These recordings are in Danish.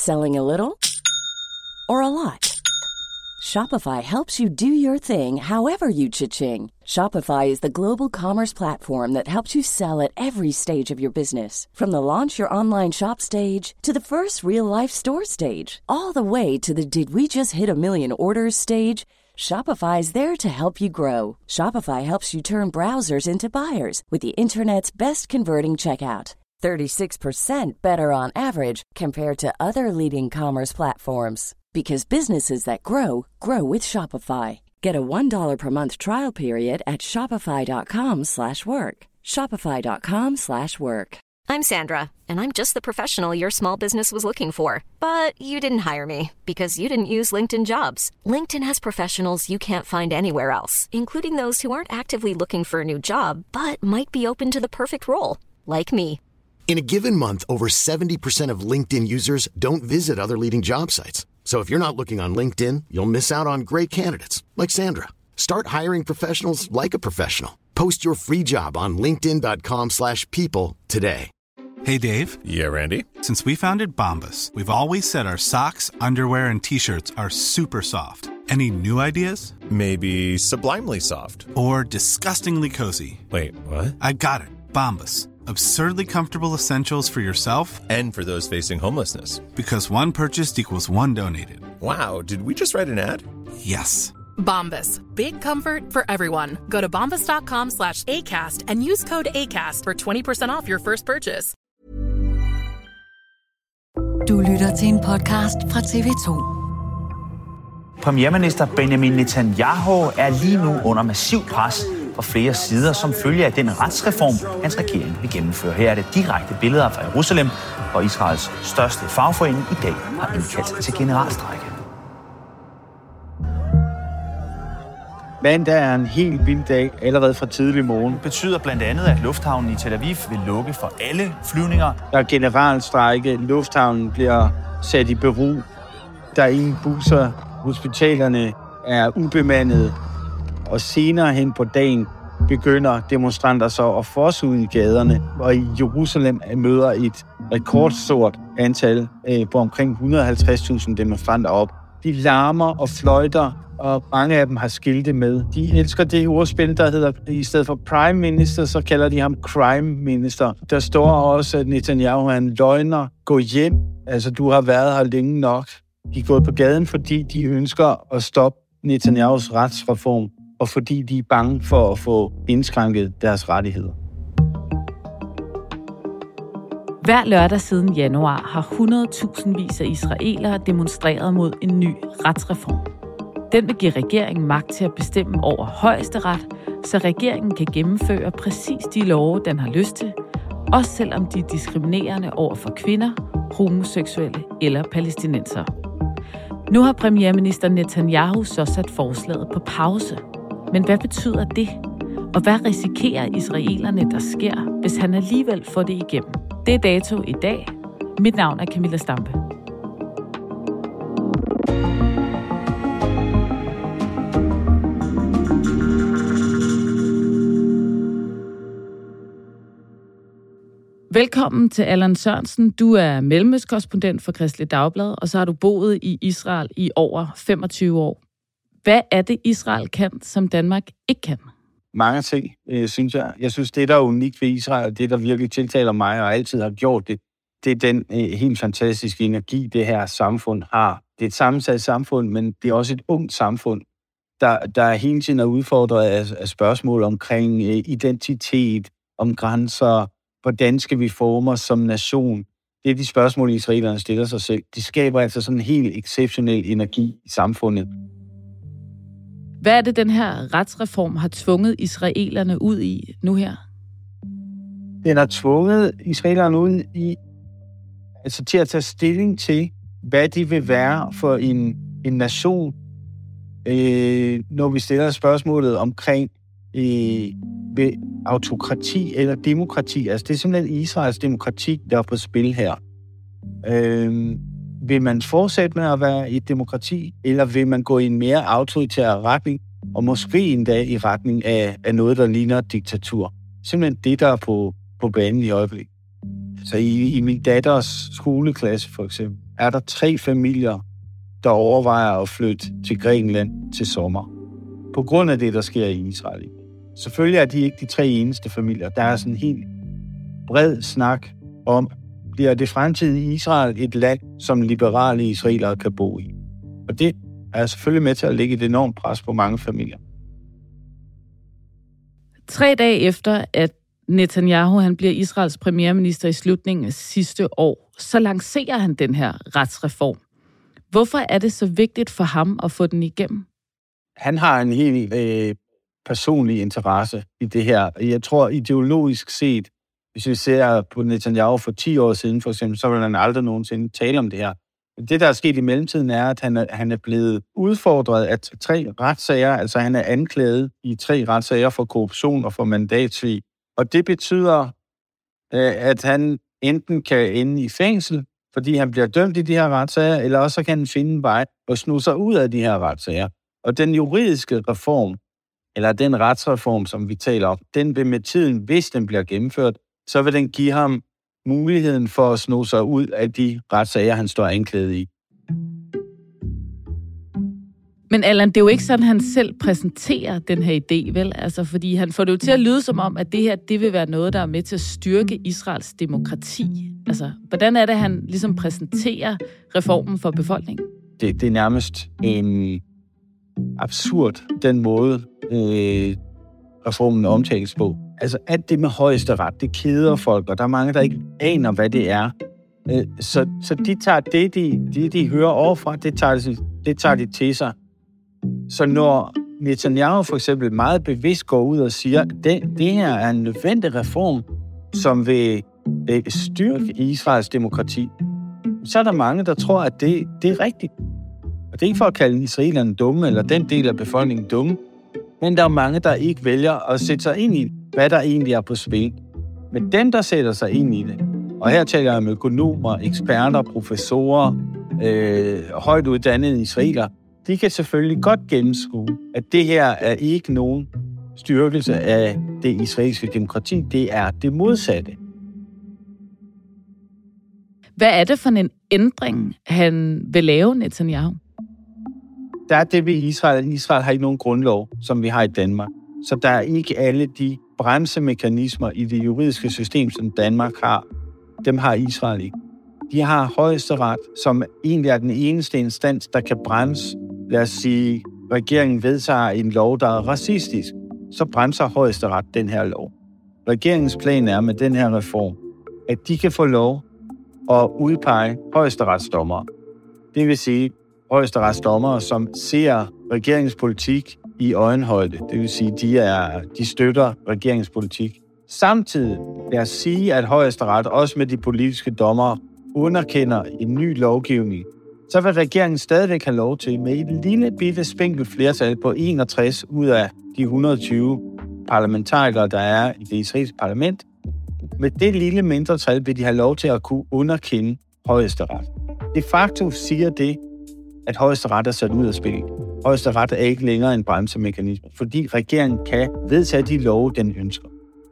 Selling a little or a lot? Shopify helps you do your thing however you cha-ching. Shopify is the global commerce platform that helps you sell at every stage of your business. From the launch your online shop stage to the first real-life store stage, all the way to the did we just hit a million orders stage. Shopify is there to help you grow. Shopify helps you turn browsers into buyers with the internet's best converting checkout. 36% better on average compared to other leading commerce platforms. Because businesses that grow, grow with Shopify. Get a $1 per month trial period at shopify.com/work. Shopify.com/work. I'm Sandra, and I'm just the professional your small business was looking for. But you didn't hire me because you didn't use LinkedIn Jobs. LinkedIn has professionals you can't find anywhere else, including those who aren't actively looking for a new job, but might be open to the perfect role, like me. In a given month, over 70% of LinkedIn users don't visit other leading job sites. So if you're not looking on LinkedIn, you'll miss out on great candidates like Sandra. Start hiring professionals like a professional. Post your free job on linkedin.com/people today. Hey, Dave. Yeah, Randy. Since we founded Bombas, we've always said our socks, underwear, and T-shirts are super soft. Any new ideas? Maybe sublimely soft. Or disgustingly cozy. Wait, what? I got it. Bombas. Absurdly comfortable essentials for yourself and for those facing homelessness. Because one purchased equals one donated. Wow, did we just write an ad? Yes. Bombas. Big comfort for everyone. Go to bombas.com/ACAST and use code ACAST for 20% off your first purchase. Du lytter til en podcast fra TV2. Premierminister Benjamin Netanyahu er lige nu under massiv pres fra flere sider som følge af den retsreform, hans regering vil gennemføre. Her er det direkte billeder fra Jerusalem, hvor Israels største fagforening i dag har indkaldt til generalstrejke. Mandag er en helt vild dag allerede fra tidlig morgen. Det betyder blandt andet, at lufthavnen i Tel Aviv vil lukke for alle flyvninger. Der er generalstrejke, lufthavnen bliver sat i bero, der er ingen busser, hospitalerne er ubemandede, og senere hen på dagen begynder demonstranter så at forse ud i gaderne, og i Jerusalem møder et rekordstort antal på omkring 150.000 demonstranter op. De larmer og fløjter, og mange af dem har skilte med. De elsker det ordspil, der hedder, i stedet for Prime Minister, så kalder de ham Crime Minister. Der står også, at Netanyahu er en løgner. Gå hjem. Altså, du har været her længe nok. De er gået på gaden, fordi de ønsker at stoppe Netanyahus retsreform, og fordi de er bange for at få indskrænket deres rettigheder. Hver lørdag siden januar har 100.000 af israelere demonstreret mod en ny retsreform. Den vil give regeringen magt til at bestemme over højesteret, så regeringen kan gennemføre præcis de love, den har lyst til, også selvom de er diskriminerende over for kvinder, homoseksuelle eller palæstinensere. Nu har premierminister Netanyahu så sat forslaget på pause. Men hvad betyder det? Og hvad risikerer israelerne, der sker, hvis han alligevel får det igennem? Det er dato i dag. Mit navn er Camilla Stampe. Velkommen til Allan Sørensen. Du er mellemøstkorrespondent for Kristeligt Dagblad, og så har du boet i Israel i over 25 år. Hvad er det, Israel kan, som Danmark ikke kan? Mange ting, synes jeg. Jeg synes, det, der er unikt ved Israel, det, der virkelig tiltaler mig og altid har gjort det, det er den helt fantastiske energi, det her samfund har. Det er et sammensat samfund, men det er også et ungt samfund, der hele tiden er udfordret af spørgsmål omkring identitet, om grænser, hvordan skal vi forme os som nation. Det er de spørgsmål, israelerne stiller sig selv. De skaber altså sådan en helt exceptionel energi i samfundet. Hvad er det, den her retsreform har tvunget israelerne ud i nu her? Den har tvunget israelerne ud i, altså til at tage stilling til, hvad det vil være for en nation, når vi stiller spørgsmålet omkring autokrati eller demokrati. Altså det er simpelthen Israels demokrati, der er på spil her. Vil man fortsætte med at være et demokrati, eller vil man gå i en mere autoritær retning, og måske endda i retning af noget, der ligner diktatur? Simpelthen det, der er på banen i øjeblikket. Så i min datters skoleklasse for eksempel, er der 3 familier, der overvejer at flytte til Grækenland til sommer. På grund af det, der sker i Israel. Selvfølgelig er de ikke de 3 eneste familier. Der er sådan en helt bred snak om, bliver det fremtidige Israel et land, som liberale israelere kan bo i. Og det er selvfølgelig med til at lægge et enormt pres på mange familier. 3 dage efter, at Netanyahu han bliver Israels premierminister i slutningen af sidste år, så lancerer han den her retsreform. Hvorfor er det så vigtigt for ham at få den igennem? Han har en helt personlig interesse i det her. Jeg tror ideologisk set, hvis vi ser på Netanyahu for 10 år siden for eksempel, så vil han aldrig nogensinde tale om det her. Det, der er sket i mellemtiden, er, at han er blevet udfordret af 3 retssager. Altså han er anklaget i 3 retssager for korruption og for mandatsvig. Og det betyder, at han enten kan ende i fængsel, fordi han bliver dømt i de her retssager, eller også kan han finde en vej og snu sig ud af de her retssager. Og den juridiske reform, eller den retsreform, som vi taler om, den vil med tiden, hvis den bliver gennemført, så vil den give ham muligheden for at snu sig ud af de retssager, han står anklaget i. Men Allan, det er jo ikke sådan, han selv præsenterer den her idé, vel? Altså, fordi han får det jo til at lyde som om, at det her, det vil være noget, der er med til at styrke Israels demokrati. Altså, hvordan er det, han ligesom præsenterer reformen for befolkningen? Det er nærmest en absurd, den måde reformen omtales på. Altså, at det med højesteret, det keder folk, og der er mange, der ikke aner, hvad det er. Så de tager det, de hører overfra, det tager de til sig. Så når Netanyahu for eksempel meget bevidst går ud og siger, at det her er en nødvendig reform, som vil styrke Israels demokrati, så er der mange, der tror, at det er rigtigt. Og det er ikke for at kalde israelerne dumme, eller den del af befolkningen dumme, men der er mange, der ikke vælger at sætte sig ind i, hvad der egentlig er på spil. Men dem, der sætter sig ind i det, og her taler jeg om økonomer, eksperter, professorer, højt uddannede israeler, de kan selvfølgelig godt gennemskue, at det her er ikke nogen styrkelse af det israelske demokrati. Det er det modsatte. Hvad er det for en ændring, han vil lave, Netanyahu? Der er det ved Israel. Israel har ikke nogen grundlov, som vi har i Danmark. Så der er ikke alle de bremsemekanismer i det juridiske system, som Danmark har. Dem har Israel ikke. De har højesteret, som egentlig er den eneste instans, der kan bremse. Lad os sige, regeringen vedtager en lov, der er racistisk. Så bremser højesteret den her lov. Regeringens plan er med den her reform, at de kan få lov at udpege højesteretsdommere. Det vil sige højesteretsdommere, som ser regeringens politik i øjenhøjde. Det vil sige, de støtter regeringens politik. Samtidig lad os sige, at højesteret også med de politiske dommere underkender en ny lovgivning, så vil regeringen stadigvæk have lov til med et lille bitte spinkelt flertal på 61 ud af de 120 parlamentarikere, der er i det israelske parlament. Med det lille mindretal vil de have lov til at kunne underkende højesteret. De facto siger det, at højesteret er sat ud af spil. Højesteret er ikke længere en bremsemekanisme, fordi regeringen kan vedtage de love, den ønsker.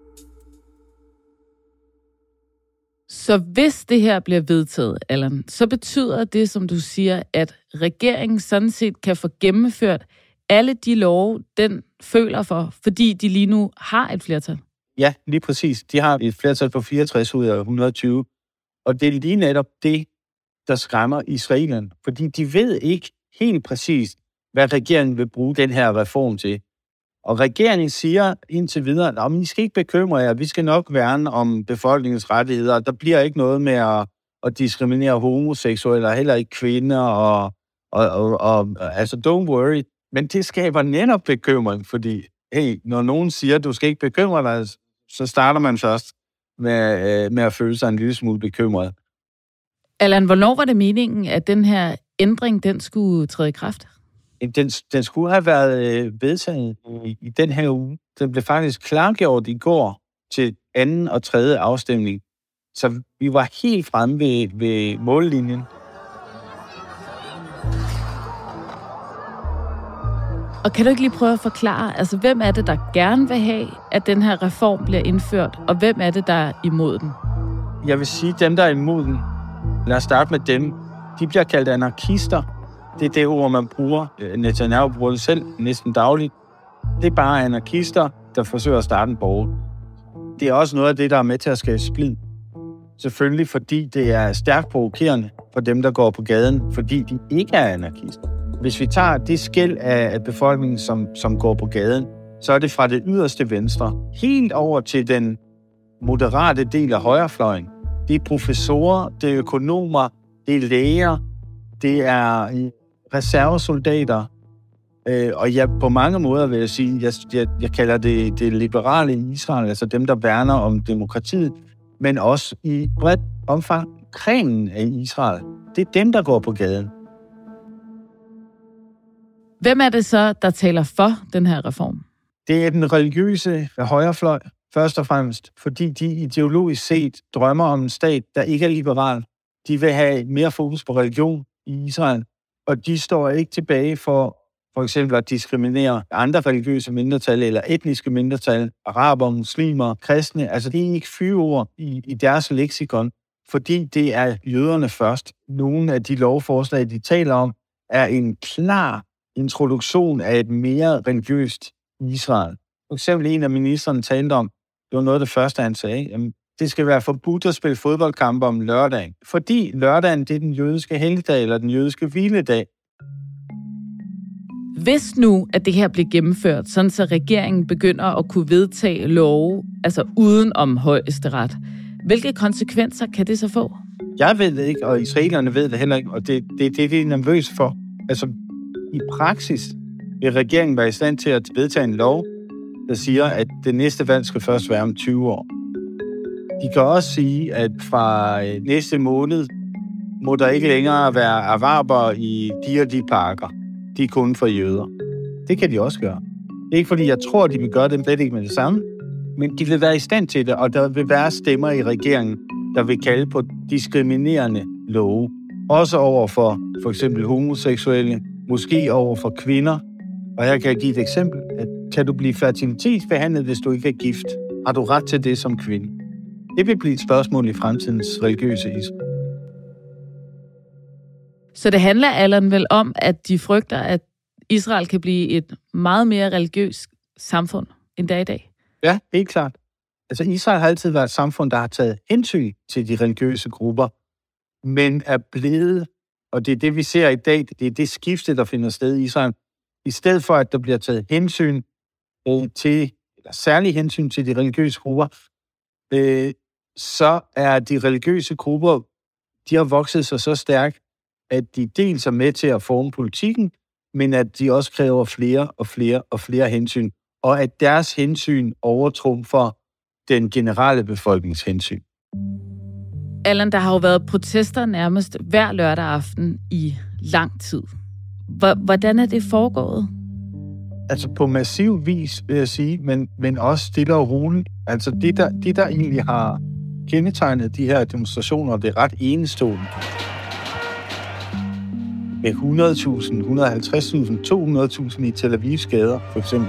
Så hvis det her bliver vedtaget, Allan, så betyder det, som du siger, at regeringen sådan set kan få gennemført alle de love, den føler for, fordi de lige nu har et flertal? Ja, lige præcis. De har et flertal på 64 ud af 120. Og det er lige netop det, der skræmmer israelerne. Fordi de ved ikke helt præcis, hvad regeringen vil bruge den her reform til. Og regeringen siger indtil videre, at I skal ikke bekymre jer, vi skal nok værne om befolkningens rettigheder. Der bliver ikke noget med at diskriminere homoseksuelle, og heller ikke kvinder, og altså don't worry. Men det skaber netop bekymring, fordi når nogen siger, at du skal ikke bekymre dig, så starter man først med at føle sig en lille smule bekymret. Allan, hvornår var det meningen, at den her ændring, den skulle træde i kraft? Den skulle have været vedtaget i den her uge. Den blev faktisk klargjort i går til anden og tredje afstemning. Så vi var helt fremme ved mållinjen. Og kan du ikke lige prøve at forklare, altså hvem er det, der gerne vil have, at den her reform bliver indført, og hvem er det, der er imod den? Jeg vil sige, dem, der er imod den, lad os starte med dem, De bliver kaldt anarkister. Det er det ord, man bruger. Netanyahu bruger det selv næsten dagligt. Det er bare anarkister, der forsøger at starte en borger. Det er også noget af det, der er med til at skabe splid. Selvfølgelig fordi det er stærkt provokerende for dem, der går på gaden, fordi de ikke er anarkister. Hvis vi tager det skel af befolkningen, som går på gaden, så er det fra det yderste venstre helt over til den moderate del af højrefløjen. Det er professorer, det er økonomer, det er læger, det er reservesoldater. Og jeg, på mange måder vil jeg sige, jeg kalder det liberale i Israel, altså dem, der værner om demokratiet, men også i bredt omfang kremen af Israel. Det er dem, der går på gaden. Hvem er det så, der taler for den her reform? Det er den religiøse højrefløj, først og fremmest, fordi de ideologisk set drømmer om en stat, der ikke er liberal. De vil have mere fokus på religion i Israel, og de står ikke tilbage for eksempel at diskriminere andre religiøse mindretal eller etniske mindretal, araber, muslimer, kristne. Altså det er ikke fyreord i deres leksikon, fordi det er jøderne først. Nogle af de lovforslag, de taler om, er en klar introduktion af et mere religiøst Israel. For eksempel en af ministerne talte om, det var noget af det første, han sagde, jamen, det skal være forbudt at spille fodboldkampe om lørdagen. Fordi lørdagen, det er den jødiske helligdag eller den jødiske hviledag. Hvis nu, at det her bliver gennemført, sådan så regeringen begynder at kunne vedtage love, altså uden om højesteret, hvilke konsekvenser kan det så få? Jeg ved det ikke, og israelerne ved det heller ikke, og det er det, de er nervøse for. Altså, i praksis vil regeringen være i stand til at vedtage en lov, der siger, at det næste valg skal først være om 20 år. De kan også sige, at fra næste måned må der ikke længere være araber i de og de parker. De er kun for jøder. Det kan de også gøre. Det er ikke fordi, jeg tror, de vil gøre det slet ikke med det samme, men de vil være i stand til det, og der vil være stemmer i regeringen, der vil kalde på diskriminerende love. Også over for eksempel homoseksuelle, måske over for kvinder. Og her kan jeg give et eksempel. Kan du blive fertilitetsbehandlet, hvis du ikke er gift? Har du ret til det som kvinde? Det vil blive et spørgsmål i fremtidens religiøse Israel. Så det handler, Allan, vel om, at de frygter, at Israel kan blive et meget mere religiøst samfund end der i dag? Ja, helt klart. Altså Israel har altid været et samfund, der har taget hensyn til de religiøse grupper, men er blevet, og det er det, vi ser i dag, det er det skifte, der finder sted i Israel. I stedet for, at der bliver taget hensyn til, eller særlig hensyn til de religiøse grupper, så er de religiøse grupper, de har vokset sig så stærkt, at de dels er med til at forme politikken, men at de også kræver flere og flere og flere hensyn, og at deres hensyn overtrumfer den generelle befolknings hensyn. Allan, der har jo været protester nærmest hver lørdag aften i lang tid. Hvordan er det foregået? Altså på massiv vis, vil jeg sige, men også stille og roligt. Altså det, der egentlig har kendetegnet de her demonstrationer, det er ret enestående. Med 100.000, 150.000, 200.000 i Tel Avivs gader, for eksempel.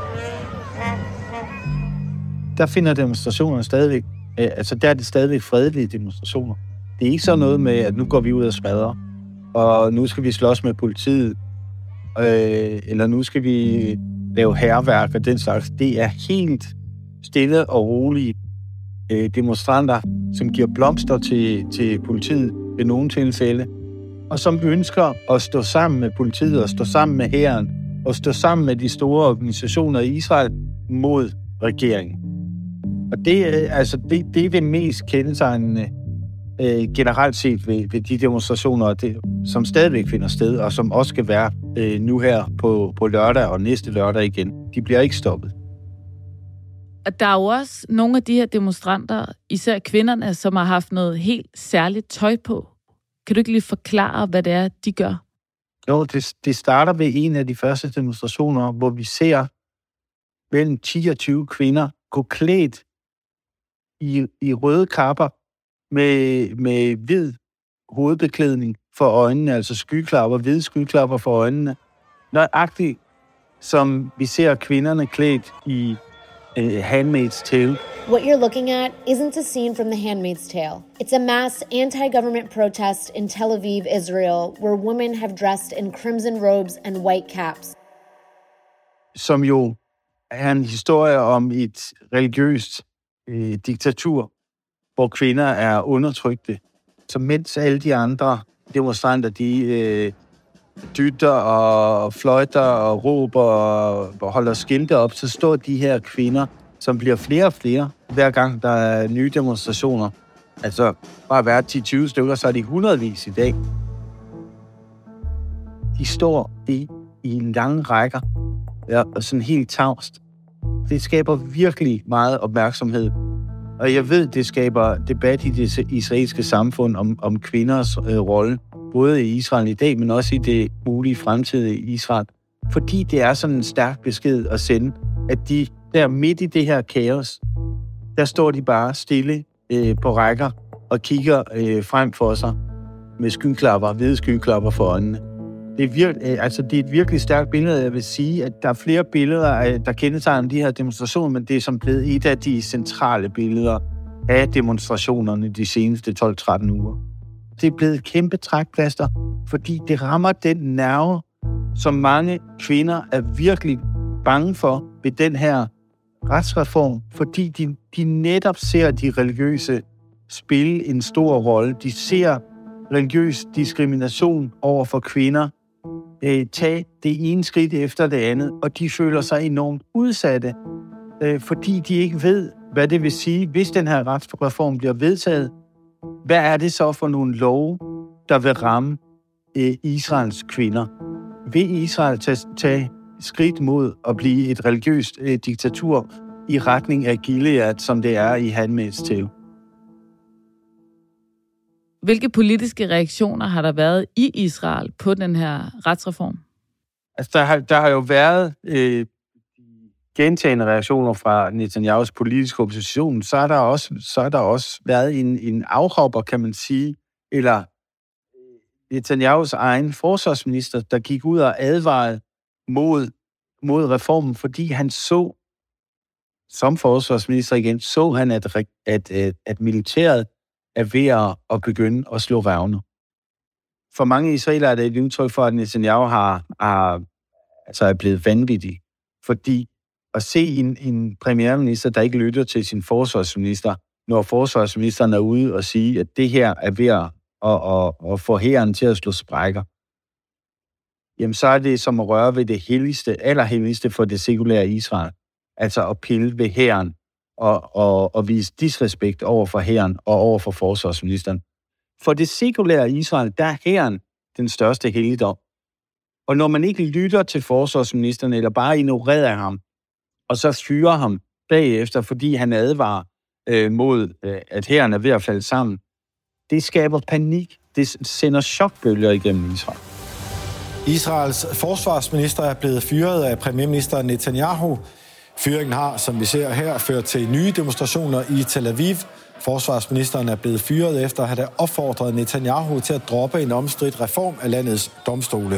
Der finder demonstrationer stadigvæk, altså der er det stadigvæk fredelige demonstrationer. Det er ikke så noget med, at nu går vi ud og smadrer, og nu skal vi slås med politiet, eller nu skal vi lave hærværk og den slags. Det er helt stille og rolige demonstranter, som giver blomster til politiet ved nogle tilfælde, og som ønsker at stå sammen med politiet og stå sammen med hæren og stå sammen med de store organisationer i Israel mod regeringen. Og det er det mest kendetegnende generelt set ved de demonstrationer, som stadigvæk finder sted, og som også skal være nu her på lørdag og næste lørdag igen. De bliver ikke stoppet. Og der er jo også nogle af de her demonstranter, især kvinderne, som har haft noget helt særligt tøj på. Kan du ikke lige forklare, hvad det er, de gør? Jo, det starter ved en af de første demonstrationer, hvor vi ser mellem 10 og 20 kvinder gå klædt i røde kapper med hvid hovedbeklædning for øjnene, altså skyklapper, hvide skyklapper for øjnene. Nøjagtigt som vi ser kvinderne klædt i Handmaid's Tale, What you're looking at isn't a scene from The Handmaid's Tale. It's a mass anti-government protest in Tel Aviv, Israel, where women have dressed in crimson robes and white caps. Som jo er en historie om et religiøst diktatur, hvor kvinder er undertrykte. Så mens alle de andre demonstranter, de dytter og fløjter og råber og holder skilte op, så står de her kvinder, som bliver flere og flere, hver gang der er nye demonstrationer. Altså bare hvert 10-20 stykker, så er de hundredvis i dag. De står i lange rækker, og sådan helt tavst. Det skaber virkelig meget opmærksomhed. Og jeg ved, det skaber debat i det israelske samfund om kvinders rolle, både i Israel i dag, men også i det mulige fremtidige Israel. Fordi det er sådan en stærk besked at sende, at de der midt i det her kaos, der står de bare stille på rækker og kigger frem for sig med skyklapper, hvide skyklapper for øjnene. Det er et virkelig stærkt billede. Jeg vil sige, at der er flere billeder, der kendetegner de her demonstrationer, men det er som blevet et af de centrale billeder af demonstrationerne de seneste 12-13 uger. Det er blevet kæmpe trækplaster, fordi det rammer den nerve, som mange kvinder er virkelig bange for ved den her retsreform, fordi de netop ser de religiøse spille en stor rolle. De ser religiøs diskrimination over for kvinder tage det ene skridt efter det andet, og de føler sig enormt udsatte, fordi de ikke ved, hvad det vil sige, hvis den her retsreform bliver vedtaget. Hvad er det så for nogle love, der vil ramme Israels kvinder? Vil Israel tage skridt mod at blive et religiøst diktatur i retning af Gilead, som det er i Handmaid's Tale? Hvilke politiske reaktioner har der været i Israel på den her retsreform? Altså, der har jo været gentagne reaktioner fra Netanyahus politiske opposition. Så er der også været en afhopper, kan man sige, eller Netanyahus egen forsvarsminister, der gik ud og advarede mod reformen, fordi han så, som forsvarsminister igen, at militæret er ved at begynde at slå revner. For mange israelere er det et udtryk for, at Netanyahu er blevet vanvittig. Fordi at se en premierminister, der ikke lytter til sin forsvarsminister, når forsvarsministeren er ude og sige, at det her er ved at få hæren til at slå sprækker, jamen så er det som at røre ved det allerhelligste for det sekulære Israel. Altså at pille ved hæren og vise disrespekt over for hæren og over for forsvarsministeren. For det sekulære Israel, der er hæren den største helligdom. Og når man ikke lytter til forsvarsministeren, eller bare ignorerer ham, og så fyrer ham bagefter, fordi han advarer mod, at hæren er ved at falde sammen, det skaber panik. Det sender chokbølger igennem Israel. Israels forsvarsminister er blevet fyret af premierminister Netanyahu. Fyringen har, som vi ser her, ført til nye demonstrationer i Tel Aviv. Forsvarsministeren er blevet fyret efter at have opfordret Netanyahu til at droppe en omstridt reform af landets domstole.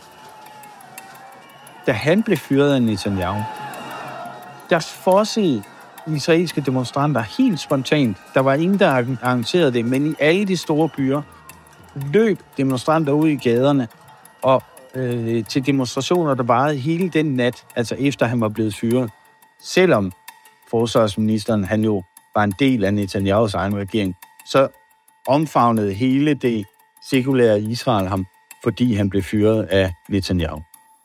Da han blev fyret af Netanyahu, der fossede israelske demonstranter helt spontant. Der var ingen, der arrangerede det, men i alle de store byer løb demonstranter ud i gaderne og til demonstrationer, der varede hele den nat, altså efter han var blevet fyret. Selvom forsvarsministeren, han jo var en del af Netanyahus egen regering, så omfavnede hele det sekulære Israel ham, fordi han blev fyret af Netanyahu.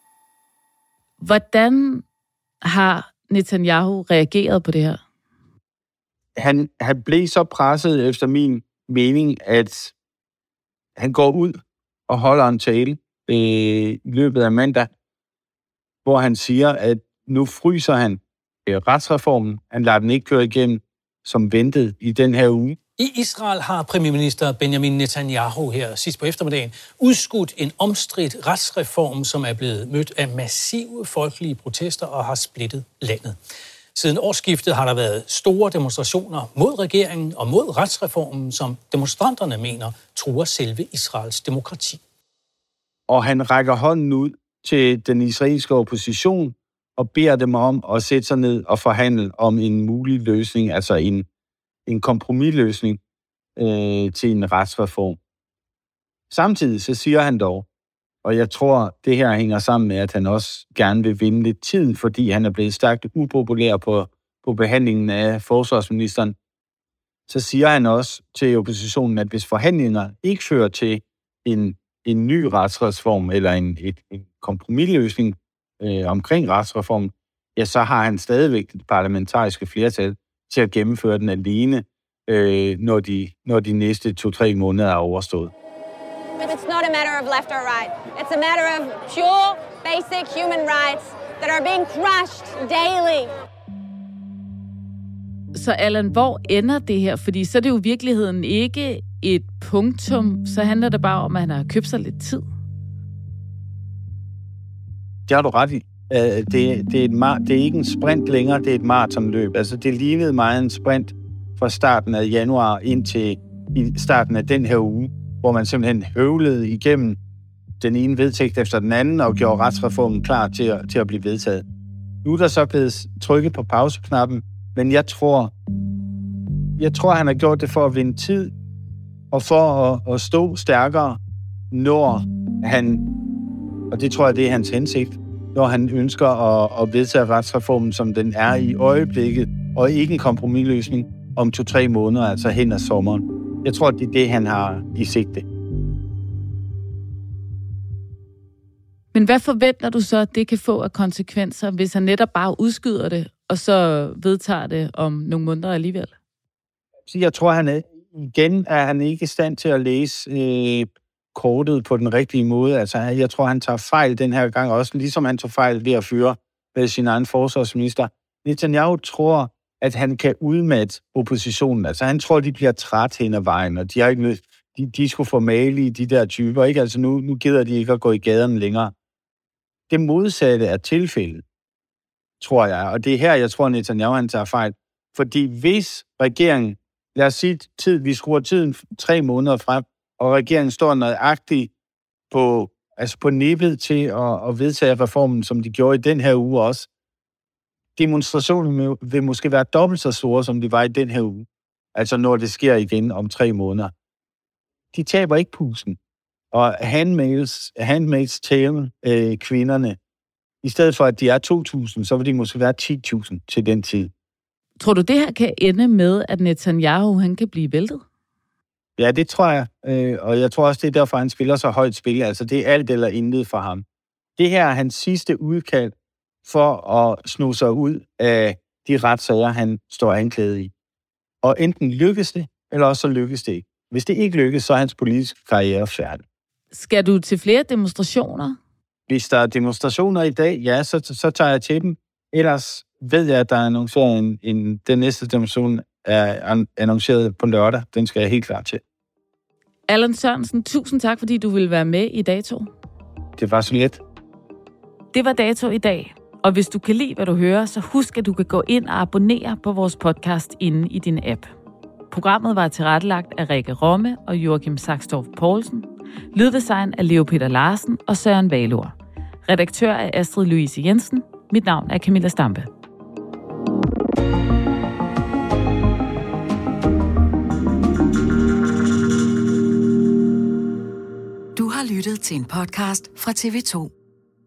Hvordan har Netanyahu reageret på det her? Han blev så presset, efter min mening, at han går ud og holder en tale i løbet af mandag, hvor han siger, at nu fryser han retsreformen. Han lader den ikke køre igennem, som ventet i den her uge. I Israel har premierminister Benjamin Netanyahu her sidst på eftermiddagen udskudt en omstridt retsreform, som er blevet mødt af massive folkelige protester og har splittet landet. Siden årsskiftet har der været store demonstrationer mod regeringen og mod retsreformen, som demonstranterne mener truer selve Israels demokrati. Og han rækker hånden ud til den israelske opposition og beder dem om at sætte sig ned og forhandle om en mulig løsning, altså en kompromisløsning til en retsreform. Samtidig så siger han dog, og jeg tror, det her hænger sammen med, at han også gerne vil vinde lidt tid, fordi han er blevet stærkt upopulær på behandlingen af forsvarsministeren, så siger han også til oppositionen, at hvis forhandlinger ikke fører til en ny retsreform eller en kompromisløsning omkring retsreformen, ja, så har han stadigvæk det parlamentariske flertal til at gennemføre den alene, når de næste 2-3 måneder er overstået. But it's not a matter of left or right. It's a matter of pure, basic human rights that are being crushed daily. Så Allan, hvor ender det her? Fordi så er det jo i virkeligheden ikke et punktum, så handler det bare om, at han har købt sig lidt tid. Det har du ret i. Det er ikke en sprint længere, det er et maratonløb. Altså, det lignede meget en sprint fra starten af januar indtil starten af den her uge, hvor man simpelthen høvlede igennem den ene vedtægt efter den anden og gjorde retsreformen klar til at blive vedtaget. Nu er der så blevet trykket på pauseknappen, men jeg tror, han har gjort det for at vinde tid og for at stå stærkere, når han, og det tror jeg, det er hans hensigt, når han ønsker at vedtage retsreformen, som den er i øjeblikket, og ikke en kompromisløsning om 2-3 måneder, altså hen ad sommeren. Jeg tror, det er det, han har i sigte. Men hvad forventer du så, at det kan få af konsekvenser, hvis han netop bare udskyder det, og så vedtager det om nogle måneder alligevel? Jeg tror, han ikke i stand til at læse kortet på den rigtige måde. Altså, jeg tror, han tager fejl den her gang også, ligesom han tog fejl ved at fyre med sin egen forsvarsminister. Netanyahu tror, at han kan udmatte oppositionen. Altså, han tror, de bliver træt hen ad vejen, og de skulle få malige de der typer, ikke? Altså, nu gider de ikke at gå i gaderne længere. Det modsatte er tilfældet, tror jeg, og det er her, jeg tror, Netanyahu han tager fejl. Fordi hvis regeringen, lad os sige, vi skruer tiden 3 måneder frem, og regeringen står nøjagtigt på nippet til at vedtage reformen, som de gjorde i den her uge også. Demonstrationen vil måske være dobbelt så store, som de var i den her uge. Altså når det sker igen om 3 måneder. De taber ikke pusten. Og Handmaid's Tale, kvinderne, i stedet for at de er 2.000, så vil de måske være 10.000 til den tid. Tror du, det her kan ende med, at Netanyahu han kan blive væltet? Ja, det tror jeg. Og jeg tror også, det er derfor, han spiller så højt spil. Altså, det er alt eller intet for ham. Det her er hans sidste udkald for at sno sig ud af de retssager, han står anklaget i. Og enten lykkes det, eller også så lykkes det ikke. Hvis det ikke lykkes, så er hans politiske karriere færdig. Skal du til flere demonstrationer? Hvis der er demonstrationer i dag, ja, så tager jeg til dem. Ellers ved jeg, at der er annonceret den næste demonstration er annonceret på lørdag. Den skal jeg helt klar til. Allan Sørensen, tusind tak, fordi du ville være med i Dato. Det var så let. Det var Dato i dag. Og hvis du kan lide, hvad du hører, så husk, at du kan gå ind og abonnere på vores podcast inde i din app. Programmet var tilrettelagt af Rikke Romme og Joachim Saxtorff Poulsen. Lyddesign af Leo Peter Larsen og Søren Valur. Redaktør er Astrid Louise Jensen. Mit navn er Camilla Stampe. Du har lyttet til en podcast fra TV2.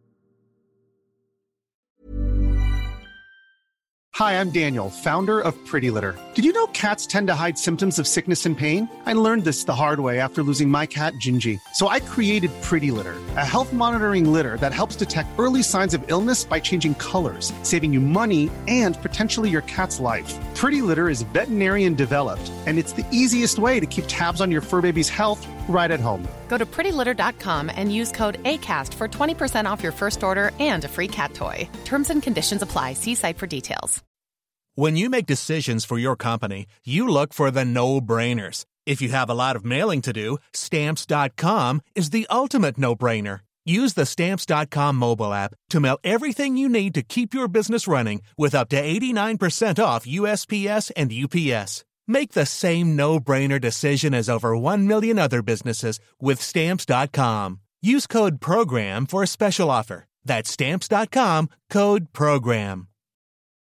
Hi, I'm Daniel, founder of Pretty Litter. Did you know cats tend to hide symptoms of sickness and pain? I learned this the hard way after losing my cat, Gingy. So I created Pretty Litter, a health monitoring litter that helps detect early signs of illness by changing colors, saving you money and potentially your cat's life. Pretty Litter is veterinarian developed, and it's the easiest way to keep tabs on your fur baby's health right at home. Go to prettylitter.com and use code ACAST for 20% off your first order and a free cat toy. Terms and conditions apply. See site for details. When you make decisions for your company, you look for the no-brainers. If you have a lot of mailing to do, Stamps.com is the ultimate no-brainer. Use the Stamps.com mobile app to mail everything you need to keep your business running with up to 89% off USPS and UPS. Make the same no-brainer decision as over 1 million other businesses with Stamps.com. Use code PROGRAM for a special offer. That's Stamps.com, code PROGRAM.